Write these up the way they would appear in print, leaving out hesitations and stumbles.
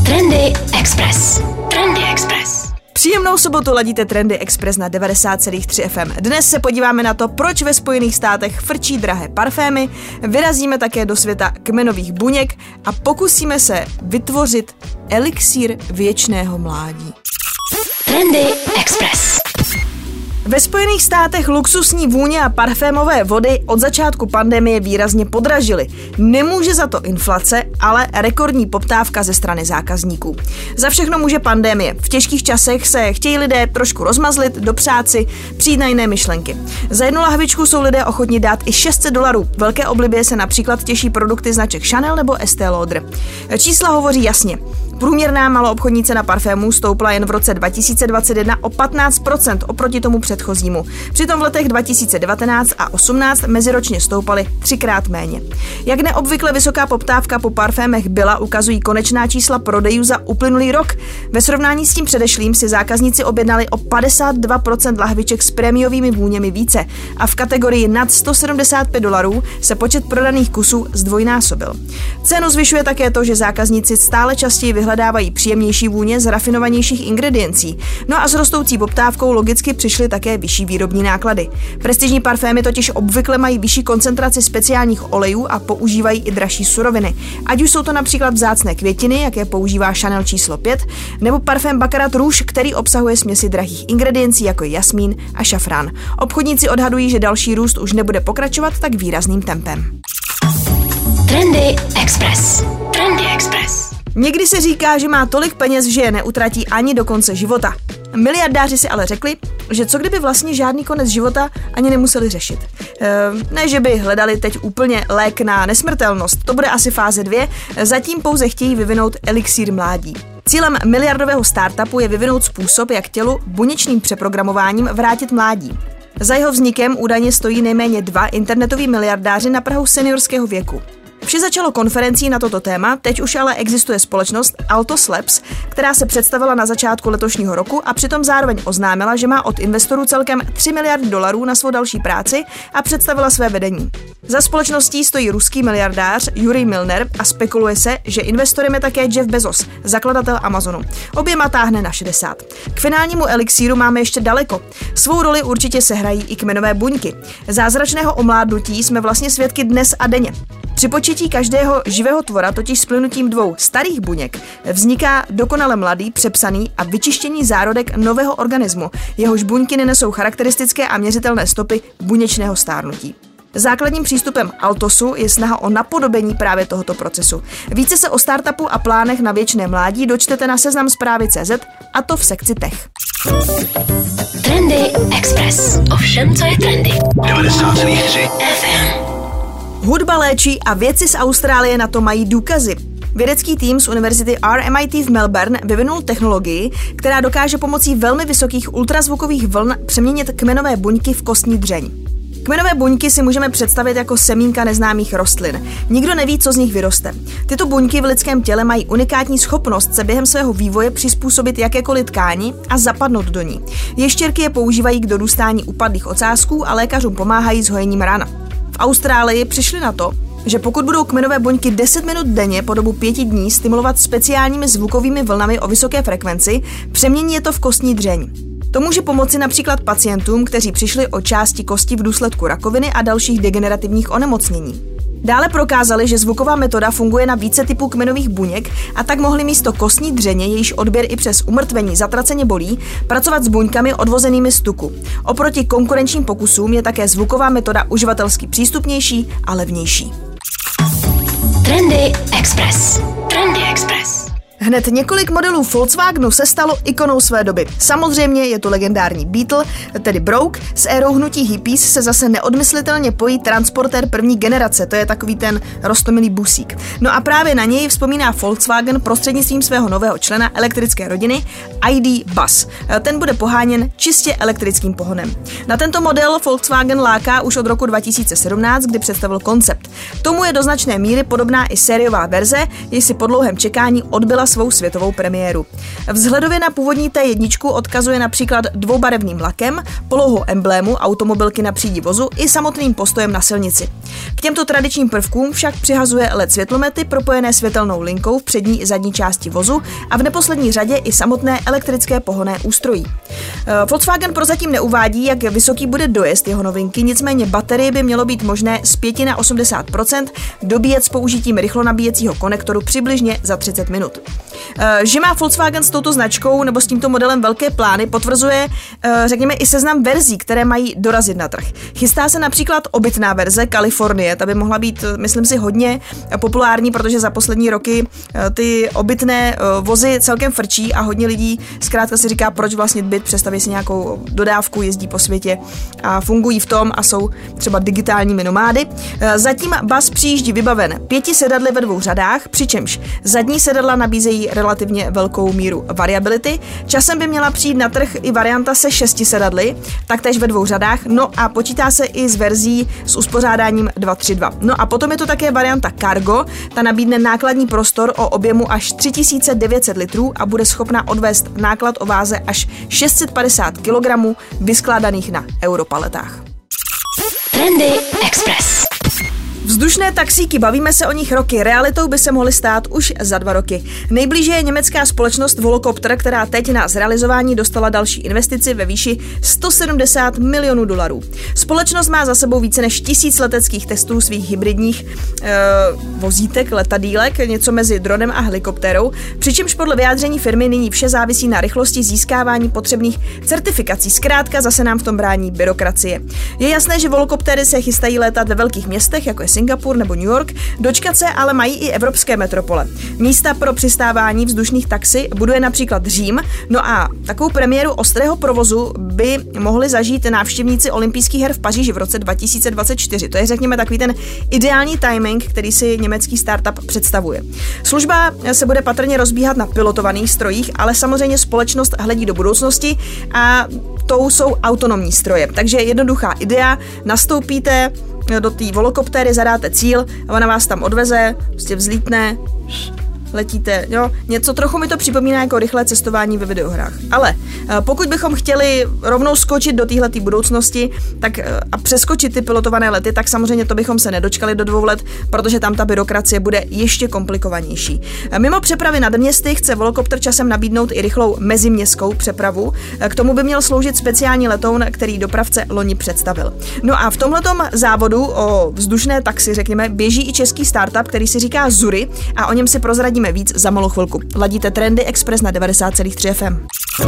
Trendy Express. Trendy Express. Příjemnou sobotu ladíte Trendy Express na 90,3 FM. Dnes se podíváme na to, proč ve Spojených státech frčí drahé parfémy, vyrazíme také do světa kmenových buněk a pokusíme se vytvořit elixír věčného mládí. Trendy Express. Ve Spojených státech luxusní vůně a parfémové vody od začátku pandemie výrazně podražily. Nemůže za to inflace, ale rekordní poptávka ze strany zákazníků. Za všechno může pandemie. V těžkých časech se chtějí lidé trošku rozmazlit, dopřát si, přijít na jiné myšlenky. Za jednu lahvičku jsou lidé ochotni dát i $600. Velké oblibě se například těší produkty značek Chanel nebo Estée Lauder. Čísla hovoří jasně. Průměrná maloobchodní cena parfémů stoupla jen v roce 2021 o 15% oproti tomu předchozímu. Přitom v letech 2019 a 2018 meziročně stoupaly 3x méně. Jak neobvykle vysoká poptávka po parfémech byla, ukazují konečná čísla prodejů za uplynulý rok. Ve srovnání s tím předešlým si zákazníci objednali o 52% lahviček s prémiovými vůněmi více a v kategorii nad $175 se počet prodaných kusů zdvojnásobil. Cenu zvyšuje také to, že zákazníci stále častěji vyhledávají příjemnější vůně z rafinovanějších ingrediencí. No a s rostoucí poptávkou logicky přišly také vyšší výrobní náklady. Prestižní parfémy totiž obvykle mají vyšší koncentraci speciálních olejů a používají i dražší suroviny. Ať už jsou to například vzácné květiny, jaké používá Chanel číslo 5, nebo parfém Baccarat Rouge, který obsahuje směsi drahých ingrediencí jako jasmín a šafrán. Obchodníci odhadují, že další růst už nebude pokračovat tak výrazným tempem. Trendy Express. Trendy Express. Někdy se říká, že má tolik peněz, že je neutratí ani do konce života. Miliardáři si ale řekli, že co kdyby vlastně žádný konec života ani nemuseli řešit. Ne, že by hledali teď úplně lék na nesmrtelnost, to bude asi fáze 2, zatím pouze chtějí vyvinout elixír mládí. Cílem miliardového startupu je vyvinout způsob, jak tělu buněčným přeprogramováním vrátit mládí. Za jeho vznikem údajně stojí nejméně 2 internetoví miliardáři na prahu seniorského věku. Vše začalo konferencí na toto téma, teď už ale existuje společnost Altos Labs, která se představila na začátku letošního roku a přitom zároveň oznámila, že má od investorů celkem $3 miliardy na svou další práci a představila své vedení. Za společností stojí ruský miliardář Yuri Milner a spekuluje se, že investorem je také Jeff Bezos, zakladatel Amazonu. Oběma táhne na 60. K finálnímu elixíru máme ještě daleko. Svou roli určitě sehrají i kmenové buňky. Zázračného omládnutí jsme vlastně svědky dnes a denně. Při početí každého živého tvora totiž s plynutím 2 starých buněk vzniká dokonale mladý, přepsaný a vyčištěný zárodek nového organismu, jehož buňky nenesou charakteristické a měřitelné stopy buněčného stárnutí. Základním přístupem Altosu je snaha o napodobení právě tohoto procesu. Více se o startupu a plánech na věčné mládí dočtete na seznamzprávy.cz a to v sekci Tech. Trendy Express. O všem, co je trendy. 90,3 FM. Hudba léčí a vědci z Austrálie na to mají důkazy. Vědecký tým z univerzity RMIT v Melbourne vyvinul technologii, která dokáže pomocí velmi vysokých ultrazvukových vln přeměnit kmenové buňky v kostní dřeň. Kmenové buňky si můžeme představit jako semínka neznámých rostlin. Nikdo neví, co z nich vyroste. Tyto buňky v lidském těle mají unikátní schopnost se během svého vývoje přizpůsobit jakékoliv tkáni a zapadnout do ní. Ještěrky je používají k dorůstání upadlých ocásků a lékařům pomáhají s hojením ran. V Austrálii přišli na to, že pokud budou kmenové buňky 10 minut denně po dobu 5 dní stimulovat speciálními zvukovými vlnami o vysoké frekvenci, přemění je to v kostní dřeň. To může pomoci například pacientům, kteří přišli o části kosti v důsledku rakoviny a dalších degenerativních onemocnění. Dále prokázali, že zvuková metoda funguje na více typů kmenových buněk a tak mohli místo kostní dřeně, jejíž odběr i přes umrtvení zatraceně bolí, pracovat s buňkami odvozenými z tuku. Oproti konkurenčním pokusům je také zvuková metoda uživatelsky přístupnější a levnější. Trendy Express. Trendy Express. Hned několik modelů Volkswagenu se stalo ikonou své doby. Samozřejmě je to legendární Beetle, tedy Brouk. S érou hnutí hippies se zase neodmyslitelně pojí transportér první generace, to je takový ten roztomilý busík. No a právě na něj vzpomíná Volkswagen prostřednictvím svého nového člena elektrické rodiny ID. Buzz. Ten bude poháněn čistě elektrickým pohonem. Na tento model Volkswagen láká už od roku 2017, kdy představil koncept. Tomu je do značné míry podobná i sériová verze, jež si po dlouhém čekání odbyla svou světovou premiéru. Vzhledově na původní T1 odkazuje například dvoubarevným lakem, polohou emblému automobilky na přídi vozu i samotným postojem na silnici. K těmto tradičním prvkům však přihazuje LED světlomety propojené světelnou linkou v přední i zadní části vozu a v neposlední řadě i samotné elektrické pohonné ústrojí. Volkswagen prozatím neuvádí, jak vysoký bude dojezd jeho novinky, nicméně baterie by mělo být možné z 5 na 80% dobíjet s použitím rychlonabíjecího konektoru přibližně za 30 minut. Že má Volkswagen s touto značkou nebo s tímto modelem velké plány, potvrzuje, řekněme, i seznam verzí, které mají dorazit na trh. Chystá se například obytná verze Kalifornie, ta by mohla být, myslím si, hodně populární, protože za poslední roky ty obytné vozy celkem frčí a hodně lidí zkrátka si říká, proč vlastně byt, představí si nějakou dodávku, jezdí po světě a fungují v tom a jsou třeba digitálními nomády. Zatím bus přijíždí vybaven 5 sedadly ve 2 řadách, přičemž zadní sedadla nabízejí relativně velkou míru variability. Časem by měla přijít na trh i varianta se 6 sedadly, taktéž ve 2 řadách, no a počítá se i s verzí s uspořádáním 232. No a potom je to také varianta Cargo, ta nabídne nákladní prostor o objemu až 3900 litrů a bude schopna odvést náklad o váze až 650 kg vyskládaných na europaletách. Trendy Express. Vzdušné taxíky, bavíme se o nich roky, realitou by se mohly stát už za 2 roky. Nejblíže je německá společnost Volocopter, která teď na zrealizování dostala další investici ve výši $170 milionů. Společnost má za sebou více než 1000 leteckých testů svých hybridních vozítek, letadýlek, něco mezi dronem a helikoptérou, přičemž podle vyjádření firmy nyní vše závisí na rychlosti získávání potřebných certifikací. Zkrátka zase nám v tom brání byrokracie. Je jasné, že volocoptery se chystají létat ve velkých městech, jako je Singapur nebo New York, dočkat se ale mají i evropské metropole. Místa pro přistávání vzdušných taxi buduje například Řím, no a takovou premiéru ostrého provozu by mohli zažít návštěvníci olympijských her v Paříži v roce 2024. To je, řekněme, takový ten ideální timing, který si německý startup představuje. Služba se bude patrně rozbíhat na pilotovaných strojích, ale samozřejmě společnost hledí do budoucnosti a tou jsou autonomní stroje. Takže jednoduchá idea, nastoupíte do té volocoptéry, zadáte cíl a ona vás tam odveze, prostě vzlítne, letíte, jo, něco trochu mi to připomíná jako rychlé cestování ve videohrách. Ale pokud bychom chtěli rovnou skočit do téhletý budoucnosti tak, a přeskočit ty pilotované lety, tak samozřejmě to bychom se nedočkali do 2 let, protože tam ta byrokracie bude ještě komplikovanější. Mimo přepravy nad městy chce Volocopter časem nabídnout i rychlou meziměstskou přepravu. K tomu by měl sloužit speciální letoun, který dopravce loni představil. No a v tomhletom závodu o vzdušné taxi, řekněme, běží i český startup, který si říká Zury a o něm si prozradíme víc za malou chvilku. Ladíte Trendy Express na 90,3 FM.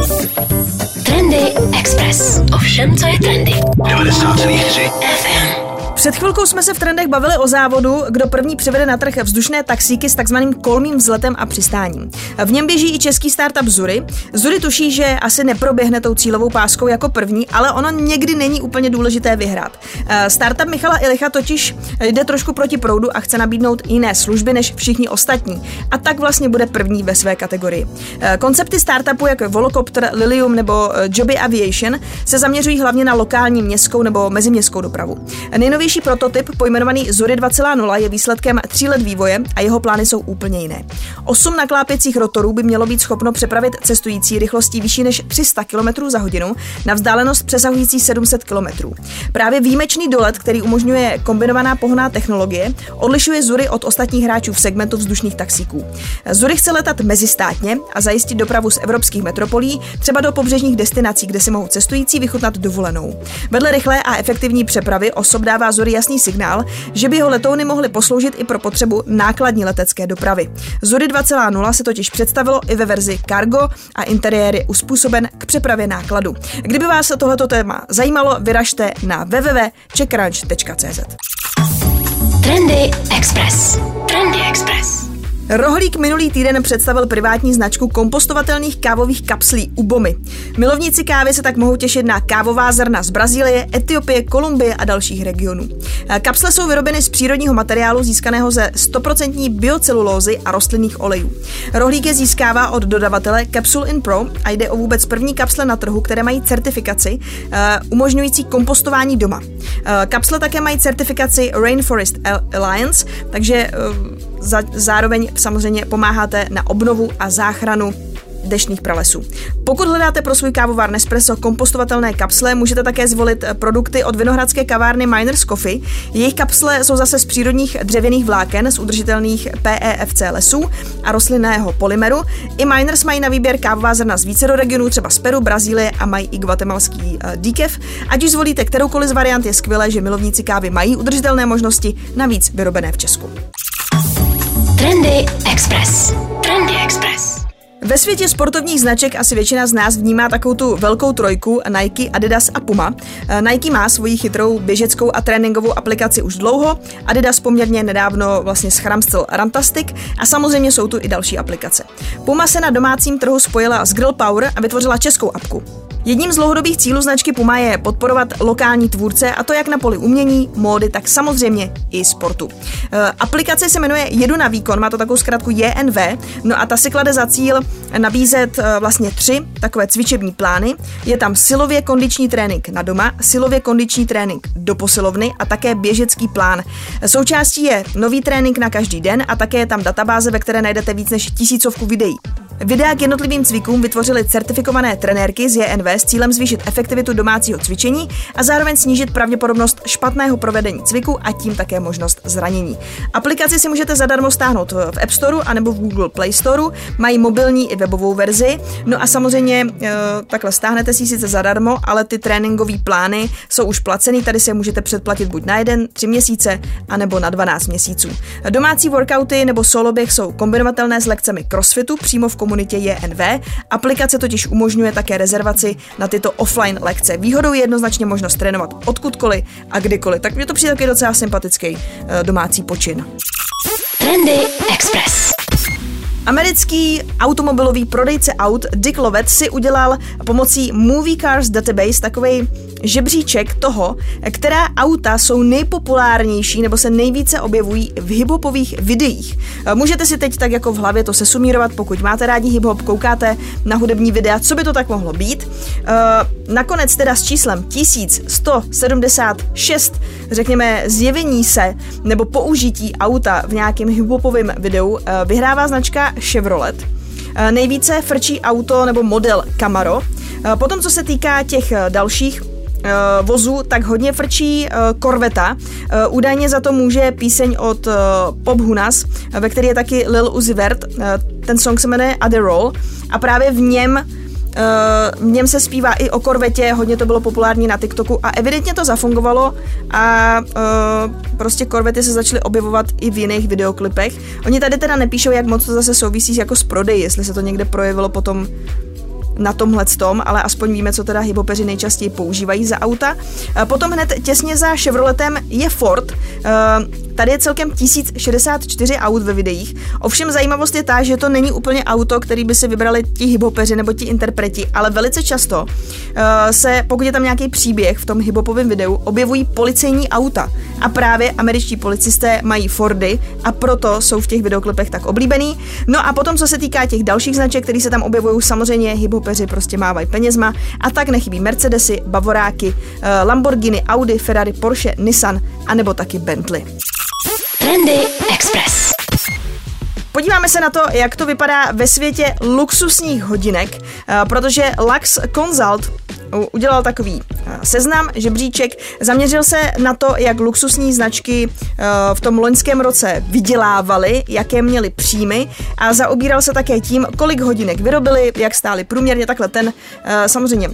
Trendy Express. O všem, co je trendy. 90,3 FM. Před chvilkou jsme se v Trendech bavili o závodu, kdo první přivede na trh vzdušné taxíky s takzvaným kolmým vzletem a přistáním. V něm běží i český startup Zury. Zury tuší, že asi neproběhne tou cílovou páskou jako první, ale ono někdy není úplně důležité vyhrát. Startup Michala Ilicha totiž jde trošku proti proudu a chce nabídnout jiné služby než všichni ostatní. A tak vlastně bude první ve své kategorii. Koncepty startupu jako Volocopter, Lilium nebo Joby Aviation se zaměřují hlavně na lokální městskou nebo meziměstskou dopravu. Nejnovější prototyp, pojmenovaný Zury 2.0, je výsledkem 3 let vývoje a jeho plány jsou úplně jiné. 8 naklápěcích rotorů by mělo být schopno přepravit cestující rychlostí vyšší než 300 km za hodinu na vzdálenost přesahující 700 km. Právě výjimečný dolet, který umožňuje kombinovaná pohonná technologie, odlišuje Zury od ostatních hráčů v segmentu vzdušných taxíků. Zury chce letat mezistátně a zajistit dopravu z evropských metropolí, třeba do pobřežních destinací, kde si mohou cestující vychutnat dovolenou. Vedle rychlé a efektivní přepravy osob dává Zury jasný signál, že by jeho letouny mohly posloužit i pro potřebu nákladní letecké dopravy. Zury 2.0 se totiž představilo i ve verzi Cargo a interiér je uspůsoben k přepravě nákladu. Kdyby vás tohleto téma zajímalo, vyražte na www.checkcrunch.cz. Trendy Express. Trendy Express. Rohlík minulý týden představil privátní značku kompostovatelných kávových kapslí Ubomi. Milovníci kávy se tak mohou těšit na kávová zrna z Brazílie, Etiopie, Kolumbie a dalších regionů. Kapsle jsou vyrobeny z přírodního materiálu získaného ze 100% biocelulózy a rostlinných olejů. Rohlík je získává od dodavatele Capsule in Pro a jde o vůbec první kapsle na trhu, které mají certifikaci umožňující kompostování doma. Kapsle také mají certifikaci Rainforest Alliance, takže zároveň samozřejmě pomáháte na obnovu a záchranu deštných pralesů. Pokud hledáte pro svůj kávovar Nespresso kompostovatelné kapsle, můžete také zvolit produkty od vinohradské kavárny Miners Coffee. Jejich kapsle jsou zase z přírodních dřevěných vláken, z udržitelných PEFC lesů a rostlinného polymeru. I Miners mají na výběr kávová zrna z více regionů, třeba z Peru, Brazílie a mají i guatemalský díkev. Ať už zvolíte kteroukoliv z variant, je skvělé, že milovníci kávy mají udržitelné možnosti, navíc vyrobené v Česku. Trendy Express. Trendy Express. Ve světě sportovních značek asi většina z nás vnímá takovou tu velkou trojku Nike, Adidas a Puma. Nike má svoji chytrou běžeckou a tréninkovou aplikaci už dlouho, Adidas poměrně nedávno vlastně schramstl Runtastic a samozřejmě jsou tu i další aplikace. Puma se na domácím trhu spojila s Grill Power a vytvořila českou apku. Jedním z dlouhodobých cílů značky Puma je podporovat lokální tvůrce, a to jak na poli umění, módy, tak samozřejmě i sportu. Aplikace se jmenuje Jedu na výkon, má to takovou zkratku JNV, no a ta si klade za cíl nabízet vlastně 3 takové cvičební plány. Je tam silově kondiční trénink na doma, silově kondiční trénink do posilovny a také běžecký plán. Součástí je nový trénink na každý den a také je tam databáze, ve které najdete víc než 1000 videí. Videa k jednotlivým cvikům vytvořily certifikované trenérky z JNV s cílem zvýšit efektivitu domácího cvičení a zároveň snížit pravděpodobnost špatného provedení cviku a tím také možnost zranění. Aplikaci si můžete zadarmo stáhnout v App Storeu anebo v Google Play Storeu, mají mobilní i webovou verzi, no a samozřejmě takhle stáhnete si sice zadarmo, ale ty tréninkové plány jsou už placený, tady se můžete předplatit buď na 1-3 měsíce, anebo na 12 měsíců. Domácí workouty nebo soloběh jsou kombinovatelné s lekcemi crossfitu přímo v komunitě JNV. Aplikace totiž umožňuje také rezervaci na tyto offline lekce. Výhodou je jednoznačně možnost trénovat odkudkoliv a kdykoliv. Tak mě to přijde taky docela sympatický domácí počin. Trendy Express. Americký automobilový prodejce aut Dick Lovett si udělal pomocí Movie Cars Database takovej žebříček toho, která auta jsou nejpopulárnější nebo se nejvíce objevují v hiphopových videích. Můžete si teď tak jako v hlavě to sesumírovat, pokud máte rádi hiphop, koukáte na hudební videa, co by to tak mohlo být. Nakonec teda s číslem 1176, řekněme, zjevení se nebo použití auta v nějakém hiphopovém videu vyhrává značka Chevrolet. Nejvíce frčí auto nebo model Camaro. Potom, co se týká těch dalších vozů, tak hodně frčí Corvetta. Údajně za to může píseň od Pop Hunas, ve které je taky Lil Uzi Vert. Ten song se jmenuje Adderall a právě v něm se zpívá i o Corvettě, hodně to bylo populární na TikToku a evidentně to zafungovalo a prostě Corvety se začaly objevovat i v jiných videoklipech. Oni tady teda nepíšou, jak moc to zase souvisí jako s prodeji, jestli se to někde projevilo potom na tomhletom, ale aspoň víme, co teda hiphopeři nejčastěji používají za auta. Potom hned těsně za Chevroletem je Ford. Tady je celkem 1064 aut ve videích. Ovšem zajímavost je ta, že to není úplně auto, který by si vybrali ti hiphopeři nebo ti interpreti, ale velice často se, pokud je tam nějaký příběh v tom hiphopovém videu, objevují policejní auta. A právě američtí policisté mají Fordy a proto jsou v těch videoklipech tak oblíbený. No a potom, co se týká těch dalších značek, které se tam objevují, samozřejmě hiphopeři prostě mávají penězma a tak nechybí Mercedesy, Bavoráky, Lamborghini, Audi, Ferrari, Porsche, Nissan a nebo taky Bentley. Trendy Express. Podíváme se na to, jak to vypadá ve světě luxusních hodinek, protože Lux Consult udělal takový seznam, žebříček, zaměřil se na to, jak luxusní značky v tom loňském roce vydělávaly, jaké měly příjmy a zaobíral se také tím, kolik hodinek vyrobili, jak stály průměrně, takhle ten samozřejmě.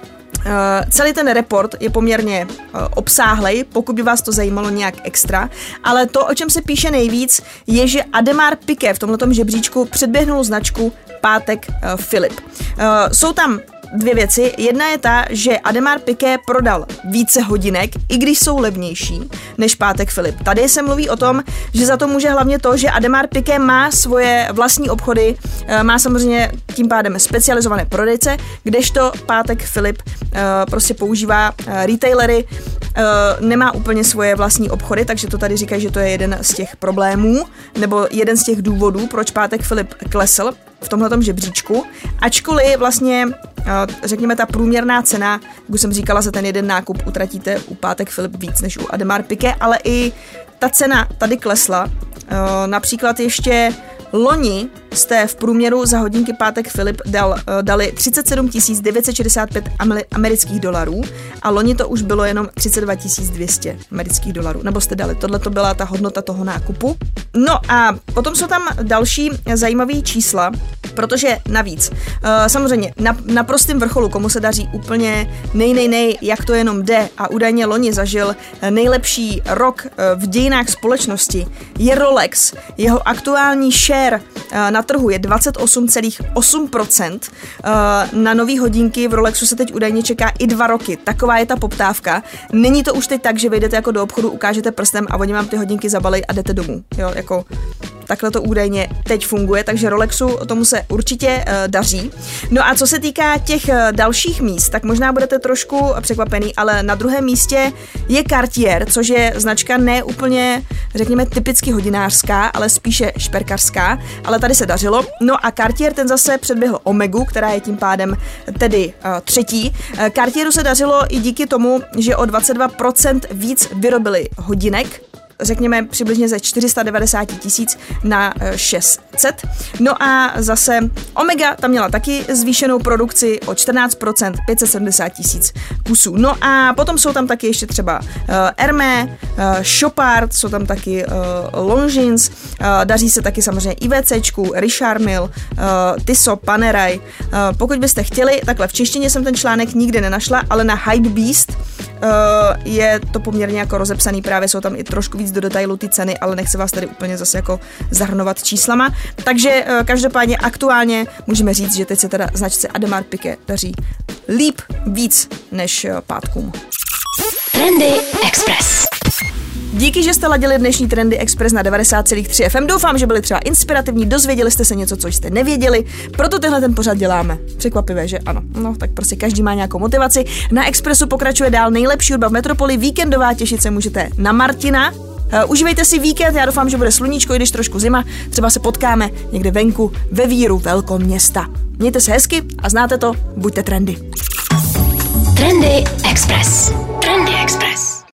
Celý ten report je poměrně obsáhlej, pokud by vás to zajímalo nějak extra, ale to, o čem se píše nejvíc, je, že Audemars Piguet v tomhletom žebříčku předběhnul značku Patek Philippe. Jsou tam dvě věci. Jedna je ta, že Audemars Piguet prodal více hodinek, i když jsou levnější než Patek Philippe. Tady se mluví o tom, že za to může hlavně to, že Audemars Piguet má svoje vlastní obchody, má samozřejmě tím pádem specializované prodejce, kdežto Patek Philippe prostě používá retailery, nemá úplně svoje vlastní obchody, takže to tady říkají, že to je jeden z těch problémů, nebo jeden z těch důvodů, proč Patek Philippe klesl v tomhletom žebříčku, ačkoliv vlastně řekněme ta průměrná cena, jak už jsem říkala, za ten jeden nákup utratíte u Patek Philippe víc než u Audemars Piguet, ale i ta cena tady klesla Například ještě loni jste v průměru za hodinky Pátek Filip dali 37 965 amerických dolarů a loni to už bylo jenom 32 200 amerických dolarů. Nebo jste dali, tohle to byla ta hodnota toho nákupu. No a potom jsou tam další zajímavé čísla, protože navíc, samozřejmě na prostém vrcholu, komu se daří úplně jak to jenom jde a údajně loni zažil nejlepší rok v dějinách společnosti, je Rolex. Jeho aktuální share na trhu je 28,8%. Na nový hodinky v Rolexu se teď údajně čeká i 2 roky. Taková je ta poptávka. Není to už teď tak, že vyjdete jako do obchodu, ukážete prstem a oni vám ty hodinky zabalej a jdete domů. Jo, jako takhle to údajně teď funguje, takže Rolexu tomu se určitě daří. No a co se týká těch dalších míst, tak možná budete trošku překvapený, ale na druhém místě je Cartier, což je značka ne úplně, řekněme, typicky hodinářská, ale spíše šperkařská, ale tady se dařilo. No a Cartier ten zase předběhl Omegu, která je tím pádem tedy třetí. Cartieru se dařilo i díky tomu, že o 22% víc vyrobili hodinek, řekněme přibližně ze 490 000 na 600. No a zase Omega tam měla taky zvýšenou produkci o 14%, 570 000 kusů. No a potom jsou tam taky ještě třeba Hermès, Chopard, jsou tam taky Longines, daří se taky samozřejmě IWCčku, Richard Mille, Tissot, Panerai. Pokud byste chtěli, takhle v češtině jsem ten článek nikdy nenašla, ale na Hypebeast je to poměrně jako rozepsaný, právě jsou tam i trošku víc do detailu ty ceny, ale nechci vás tady úplně zase jako zahrnovat číslama. Takže každopádně aktuálně můžeme říct, že teď se teda značce Audemars Piguet daří líp víc než pátkům. Trendy Express. Díky, že jste ladili dnešní Trendy Express na 90,3 FM. Doufám, že byli třeba inspirativní, dozvěděli jste se něco, co jste nevěděli, proto tenhle ten pořad děláme. Překvapivé, že ano. No, tak prostě každý má nějakou motivaci. Na Expressu pokračuje dál nejlepší hudba v metropoli, víkendová, těšit se můžete na Martina. Užívejte si víkend, já doufám, že bude sluníčko, i když trošku zima, třeba se potkáme někde venku ve víru velkoměsta. Mějte se hezky a znáte to, buďte trendy. Trendy Express. Trendy Express.